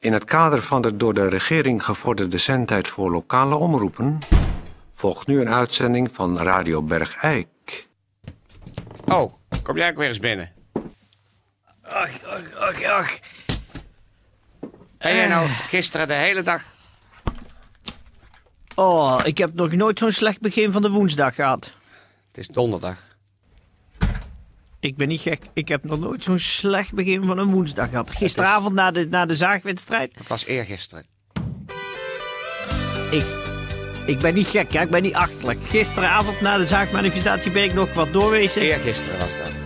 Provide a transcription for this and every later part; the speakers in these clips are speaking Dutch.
In het kader van de door de regering gevorderde zendtijd voor lokale omroepen volgt nu een uitzending van Radio Bergijk. Oh, kom jij ook weer eens binnen? Ach. Ben jij nou gisteren de hele dag? Oh, ik heb nog nooit zo'n slecht begin van de woensdag gehad. Het is donderdag. Ik ben niet gek. Ik heb nog nooit zo'n slecht begin van een woensdag gehad. Gisteravond na de zaagwedstrijd. Het was eergisteren. Ik ben niet gek, ja. Ik ben niet achterlijk. Gisteravond na de zaagmanifestatie ben ik nog wat doorwezen. Eergisteren was dat.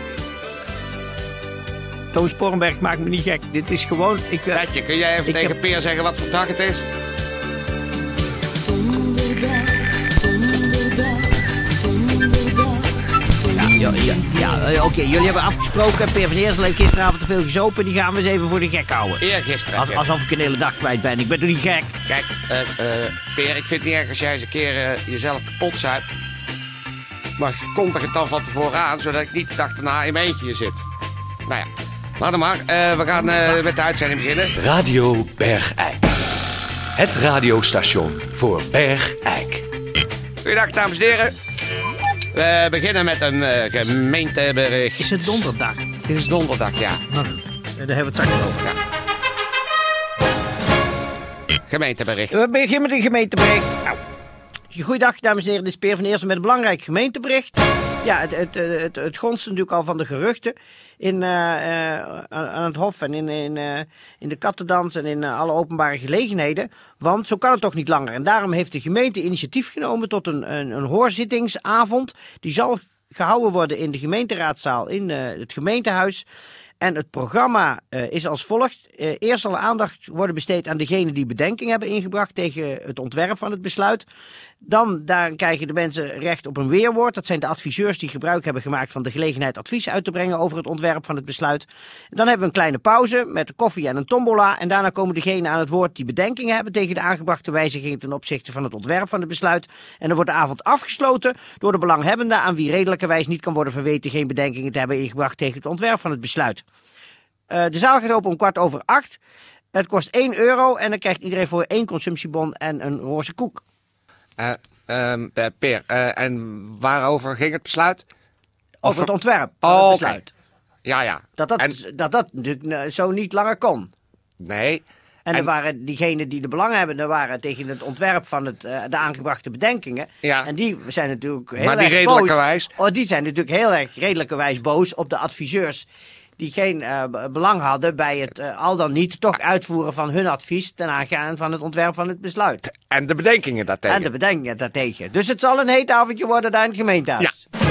Toon Sporenberg maakt me niet gek. Dit is gewoon... Petje, kun jij even tegen Peer zeggen wat voor dag het is? Ja, oké. Jullie hebben afgesproken. Peer van Eersel heeft gisteravond te veel gezopen. Die gaan we eens even voor de gek houden. Eergisteren. Alsof ik een hele dag kwijt ben. Ik ben toch niet gek? Kijk, Peer, ik vind het niet erg als jij eens een keer jezelf kapot zuipt. Maar kondig het dan van tevoren aan, zodat ik niet de dag daarna in mijn eentje zit. Nou ja, laat maar. We gaan met de uitzending beginnen. Radio Bergijk. Het radiostation voor Bergijk. Goedendag, dames en heren. We beginnen met een gemeentebericht. Is het donderdag? Dit is donderdag, ja. Nou, daar hebben we het straks over. Ja. Gemeentebericht. We beginnen met een gemeentebericht. Goeiedag, dames en heren. Dit is Peer van Eersel met een belangrijk gemeentebericht. Ja, het gonst natuurlijk al van de geruchten aan het Hof en in de kattendans en in alle openbare gelegenheden. Want zo kan het toch niet langer. En daarom heeft de gemeente initiatief genomen tot een hoorzittingsavond. Die zal gehouden worden in de gemeenteraadzaal in het gemeentehuis. En het programma is als volgt. Eerst zal aandacht worden besteed aan degenen die bedenking hebben ingebracht tegen het ontwerp van het besluit. Dan daar krijgen de mensen recht op een weerwoord. Dat zijn de adviseurs die gebruik hebben gemaakt van de gelegenheid advies uit te brengen over het ontwerp van het besluit. Dan hebben we een kleine pauze met koffie en een tombola. En daarna komen degenen aan het woord die bedenkingen hebben tegen de aangebrachte wijzigingen ten opzichte van het ontwerp van het besluit. En dan wordt de avond afgesloten door de belanghebbende aan wie redelijkerwijs niet kan worden verweten geen bedenkingen te hebben ingebracht tegen het ontwerp van het besluit. De zaal gaat open om 7:15. Het kost €1 en dan krijgt iedereen voor 1 consumptiebon en een roze koek. Peer, en waarover ging het besluit? Over het ontwerp van het besluit. Okay. Ja. Dat natuurlijk zo niet langer kon. Nee. En er waren diegenen die de belanghebbenden waren tegen het ontwerp van de aangebrachte bedenkingen. Ja. En die zijn natuurlijk heel maar erg die redelijkerwijs? boos. Die zijn natuurlijk heel erg redelijkerwijs boos op de adviseurs die geen belang hadden bij het al dan niet toch uitvoeren van hun advies ten aangaan van het ontwerp van het besluit. En de bedenkingen daartegen. Dus het zal een heet avondje worden daar in het gemeentehuis. Ja.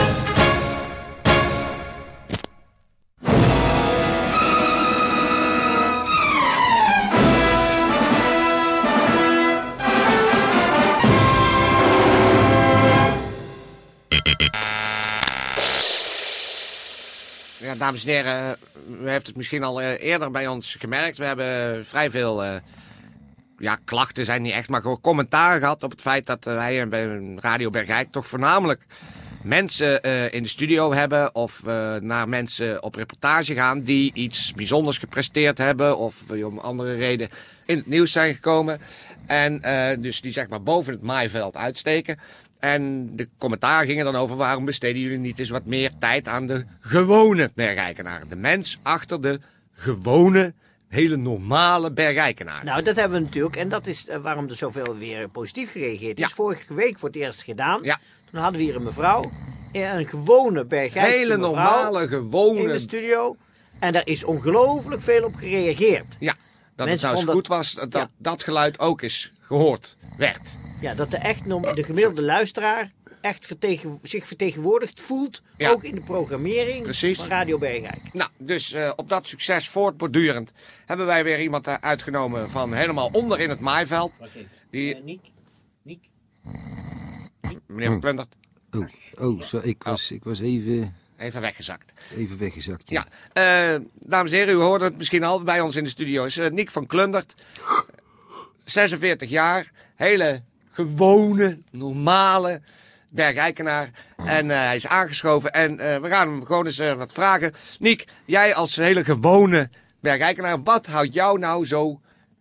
Ja, dames en heren, u heeft het misschien al eerder bij ons gemerkt. We hebben vrij veel klachten, zijn niet echt, maar gewoon commentaar gehad op het feit dat wij bij Radio Bergijk toch voornamelijk mensen in de studio hebben of naar mensen op reportage gaan die iets bijzonders gepresteerd hebben of om andere reden in het nieuws zijn gekomen. En dus die zeg maar boven het maaiveld uitsteken. En de commentaar gingen dan over waarom besteden jullie niet eens wat meer tijd aan de gewone Bergijkenaar. De mens achter de gewone, hele normale Bergijkenaar. Nou, dat hebben we natuurlijk. En dat is waarom er zoveel weer positief gereageerd is. Ja. Vorige week voor het eerst gedaan. Ja. Toen hadden we hier een mevrouw. Een gewone Bergijkse hele normale, gewone. In de studio. En daar is ongelooflijk veel op gereageerd. Ja, dat Mensen het nou eens goed was dat dat geluid ook eens gehoord werd. Ja, dat de gemiddelde luisteraar echt zich vertegenwoordigd voelt. Ja. Ook in de programmering van Radio Bergijk. Nou, dus op dat succes voortbordurend hebben wij weer iemand uitgenomen van helemaal onder in het maaiveld. Die... Niek. Meneer Van Klundert. Ik was even... Even weggezakt. Even weggezakt, ja. Dames en heren, u hoorde het misschien al bij ons in de studio. Is Niek van Klundert. 46 jaar. Hele gewone, normale Bergijkenaar. En hij is aangeschoven. En we gaan hem gewoon eens wat vragen. Niek, jij als hele gewone Bergijkenaar, wat houdt jou nou zo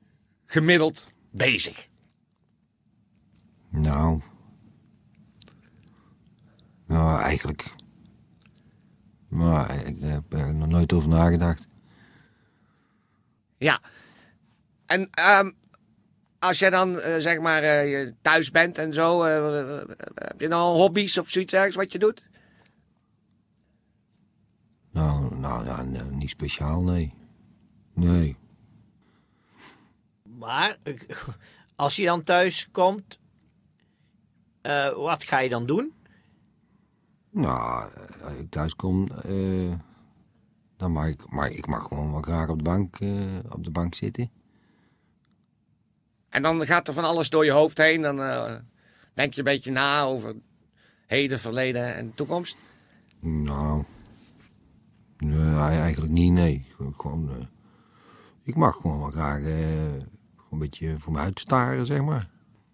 gemiddeld bezig? Nou, eigenlijk. Maar ik heb er nog nooit over nagedacht. Ja. En als jij dan zeg maar thuis bent en zo, heb je dan hobby's of zoiets ergens wat je doet? Nou ja, niet speciaal, nee. Nee. Maar als je dan thuis komt, wat ga je dan doen? Nou, als ik thuis kom, dan ik mag gewoon wel graag op de bank zitten. En dan gaat er van alles door je hoofd heen. Dan denk je een beetje na over heden, verleden en toekomst. Nou, nee, eigenlijk niet, nee. Gewoon, ik mag gewoon wel graag een beetje voor me uitstaren, zeg maar.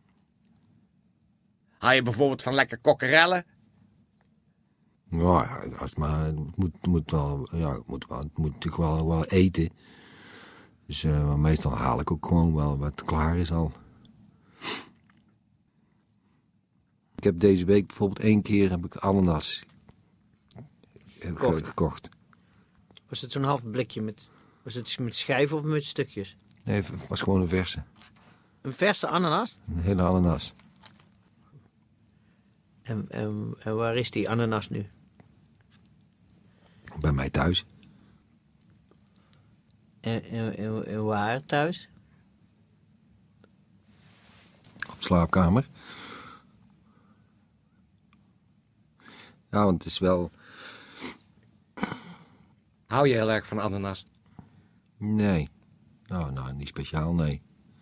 Hou je bijvoorbeeld van lekker kokkerellen? Nou ja, als het maar, het moet natuurlijk wel eten. Dus maar meestal haal ik ook gewoon wel wat klaar is al. Ik heb deze week bijvoorbeeld 1 keer ananas gekocht. Was het zo'n half blikje was het met schijven of met stukjes? Nee, het was gewoon een verse. Een verse ananas? Een hele ananas. En waar is die ananas nu? Bij mij thuis. En waar thuis? Op de slaapkamer. Ja, want het is wel... Hou je heel erg van ananas? Nee. Nou, niet speciaal, nee.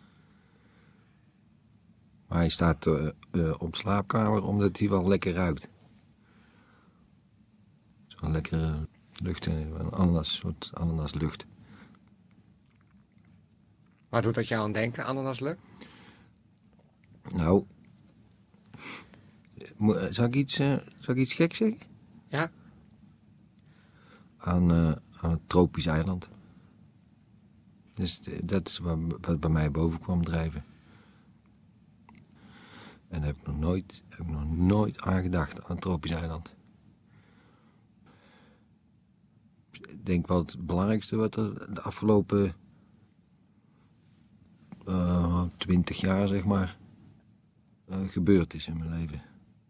Maar hij staat op de slaapkamer omdat hij wel lekker ruikt. Zo'n lekkere lucht, een soort ananaslucht. Waar doet dat jou aan denken, ananaslucht? Nou, zou ik iets geks zeggen? Ja? Aan het tropisch eiland. Dus dat is wat bij mij boven kwam drijven. En daar heb ik nog nooit aan gedacht, aan het tropisch eiland. Ik denk wel het belangrijkste wat er de afgelopen 20 jaar, zeg maar, gebeurd is in mijn leven.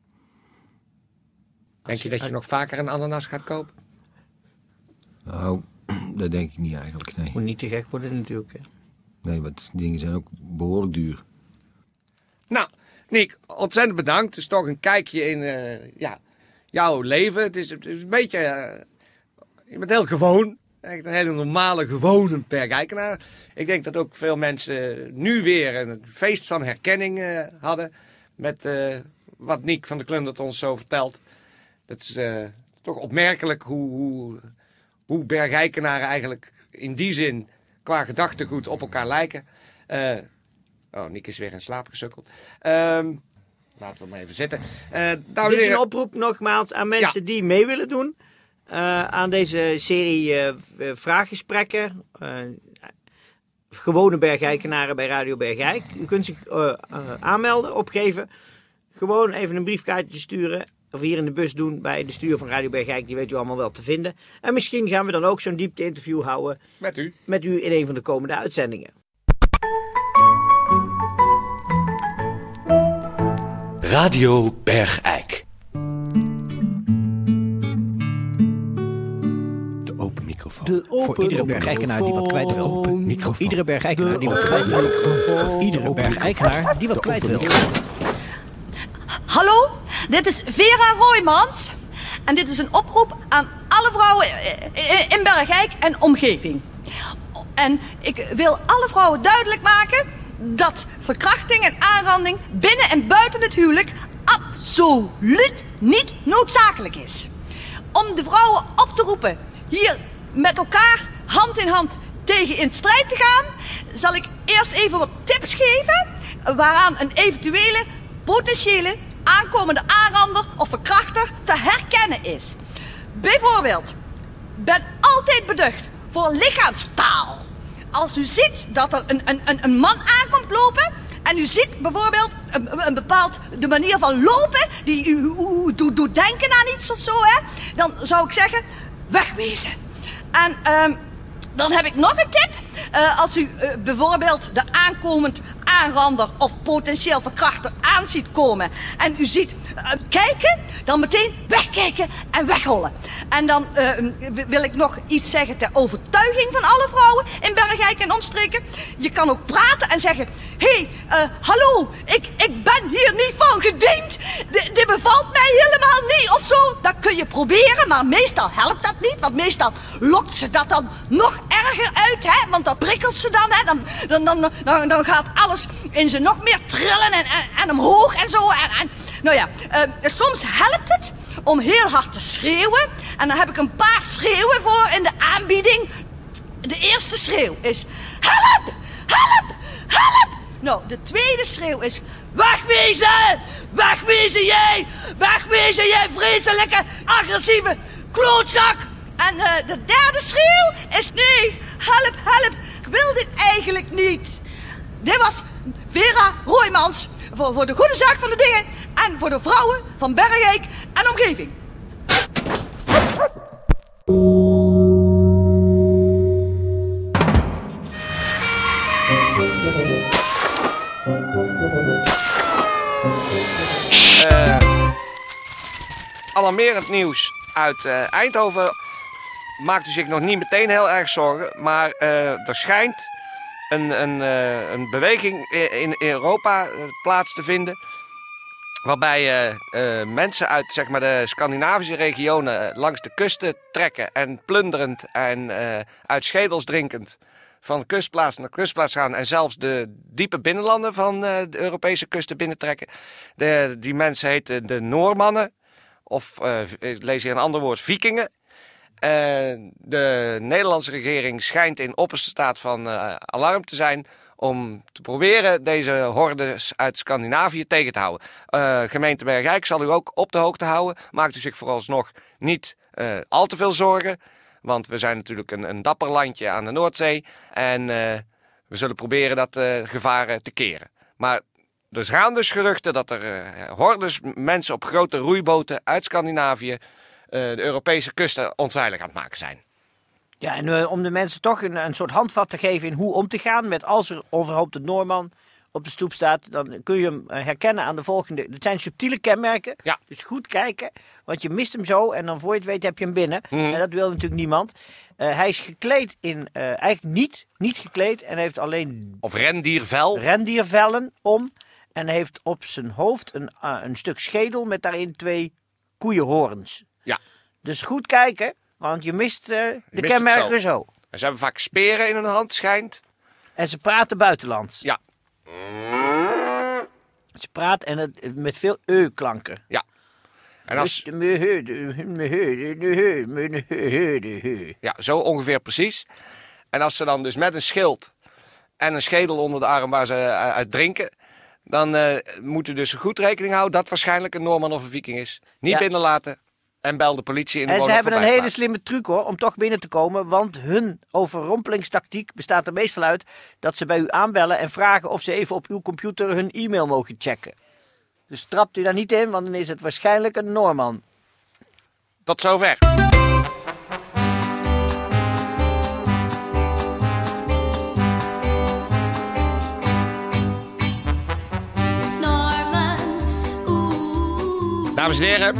Denk je dat je nog vaker een ananas gaat kopen? Nou, dat denk ik niet eigenlijk, nee. Moet niet te gek worden natuurlijk, hè? Nee, want die dingen zijn ook behoorlijk duur. Nou, Niek, ontzettend bedankt. Het is toch een kijkje in jouw leven. Het is een beetje... je bent heel gewoon. Echt een hele normale, gewone Bergijkenaar. Ik denk dat ook veel mensen nu weer een feest van herkenning hadden. Met wat Niek van de Klundert ons zo vertelt. Dat is toch opmerkelijk hoe Bergijkenaren eigenlijk in die zin qua gedachtegoed op elkaar lijken. Niek is weer in slaap gesukkeld. Laten we maar even zitten. Dit is een oproep nogmaals aan mensen die mee willen doen. Aan deze serie vraaggesprekken. Gewone Bergijkenaren bij Radio Bergijk. U kunt zich aanmelden, opgeven. Gewoon even een briefkaartje sturen. Of hier in de bus doen bij de stuur van Radio Bergijk. Die weet u allemaal wel te vinden. En misschien gaan we dan ook zo'n diepte-interview houden. Met u in een van de komende uitzendingen. Radio Bergijk. De open microfoon. Voor iedere Bergijkenaar die wat kwijt wil. Voor iedere Bergijkenaar die wat kwijt wil. Voor iedere Bergijkenaar die wat kwijt wil. Hallo, dit is Vera Roymans. En dit is een oproep aan alle vrouwen in Bergijk en omgeving. En ik wil alle vrouwen duidelijk maken dat verkrachting en aanranding binnen en buiten het huwelijk absoluut niet noodzakelijk is. Om de vrouwen op te roepen hier met elkaar hand in hand tegen in strijd te gaan, zal ik eerst even wat tips geven waaraan een eventuele potentiële aankomende aanrander of verkrachter te herkennen is. Bijvoorbeeld, ben altijd beducht voor lichaamstaal. Als u ziet dat er een man aankomt lopen en u ziet bijvoorbeeld een bepaald de manier van lopen die u doet denken aan iets of zo, hè, dan zou ik zeggen, wegwezen. En dan heb ik nog een tip. Als u bijvoorbeeld de aankomend aanrander of potentieel verkrachter aan ziet komen en u ziet kijken, dan meteen wegkijken en wegrollen. En dan wil ik nog iets zeggen ter overtuiging van alle vrouwen in Bergijk en omstreken. Je kan ook praten en zeggen, hé, hallo, ik ben hier niet van gediend. Dit bevalt mij helemaal niet of zo. Dat kun je proberen, maar meestal helpt dat niet. Want meestal lokt ze dat dan nog erger uit, hè. Want dat prikkelt ze dan, hè. Dan gaat alles in ze nog meer trillen en omhoog en zo. Nou ja, soms helpt het om heel hard te schreeuwen. En dan heb ik een paar schreeuwen voor in de aanbieding. De eerste schreeuw is, help, help, help. Nou, de tweede schreeuw is, wegwezen, wegwezen jij vreselijke, agressieve klootzak. En de derde schreeuw is, nee, help, help, ik wil dit eigenlijk niet. Dit was Vera Roijmans voor de goede zaak van de dingen en voor de vrouwen van Bergijk en omgeving. Alarmerend nieuws uit Eindhoven. Maakt u zich nog niet meteen heel erg zorgen, maar er schijnt een beweging in Europa plaats te vinden, waarbij mensen uit zeg maar, de Scandinavische regionen langs de kusten trekken en plunderend en uit schedels drinkend van kustplaats naar kustplaats gaan en zelfs de diepe binnenlanden van de Europese kusten binnentrekken. Die mensen heten de Noormannen, of ik lees hier een ander woord, Vikingen. De Nederlandse regering schijnt in opperste staat van alarm te zijn om te proberen deze hordes uit Scandinavië tegen te houden. Gemeente Bergijk zal u ook op de hoogte houden. Maakt u zich vooralsnog niet al te veel zorgen, want we zijn natuurlijk een dapper landje aan de Noordzee en we zullen proberen dat gevaar te keren. Maar er gaan dus geruchten dat er hordes mensen op grote roeiboten uit Scandinavië de Europese kusten onveilig aan het maken zijn. Ja, en om de mensen toch een soort handvat te geven in hoe om te gaan met als er onverhoopt een Noorman op de stoep staat, dan kun je hem herkennen aan de volgende. Het zijn subtiele kenmerken, ja. Dus goed kijken, want je mist hem zo en dan voor je het weet heb je hem binnen. En dat wil natuurlijk niemand. Hij is gekleed in, eigenlijk niet gekleed en heeft alleen... Of rendiervel. Rendiervellen om en heeft op zijn hoofd een stuk schedel met daarin 2 koeienhoorns. Ja. Dus goed kijken, want je mist de kenmerken zo. En ze hebben vaak speren in hun hand, schijnt. En ze praten buitenlands. Ja. Ze praten en het met veel klanken. Ja. En als... Ja, zo ongeveer precies. En als ze dan dus met een schild en een schedel onder de arm waar ze uit drinken, dan moet u dus goed rekening houden dat waarschijnlijk een Noorman of een Viking is. Niet binnenlaten en bel de politie in de woning. En ze hebben een hele slimme truc hoor, om toch binnen te komen. Want hun overrompelingstactiek bestaat er meestal uit dat ze bij u aanbellen en vragen of ze even op uw computer hun e-mail mogen checken. Dus trapt u daar niet in, want dan is het waarschijnlijk een Noorman. Tot zover. Dames en heren,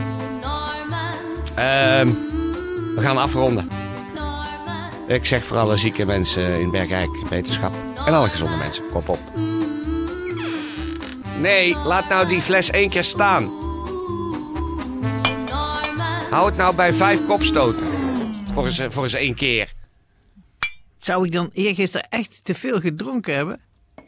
we gaan afronden. Ik zeg voor alle zieke mensen in Bergijk wetenschap en alle gezonde mensen, kop op. Nee, laat nou die fles 1 keer staan. Hou het nou bij 5 kopstoten. Voor eens 1 keer. Zou ik dan eergisteren echt te veel gedronken hebben?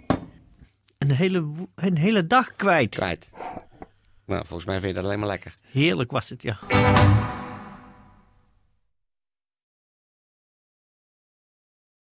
Een hele dag kwijt. Nou, volgens mij vind je dat alleen maar lekker. Heerlijk was het, ja.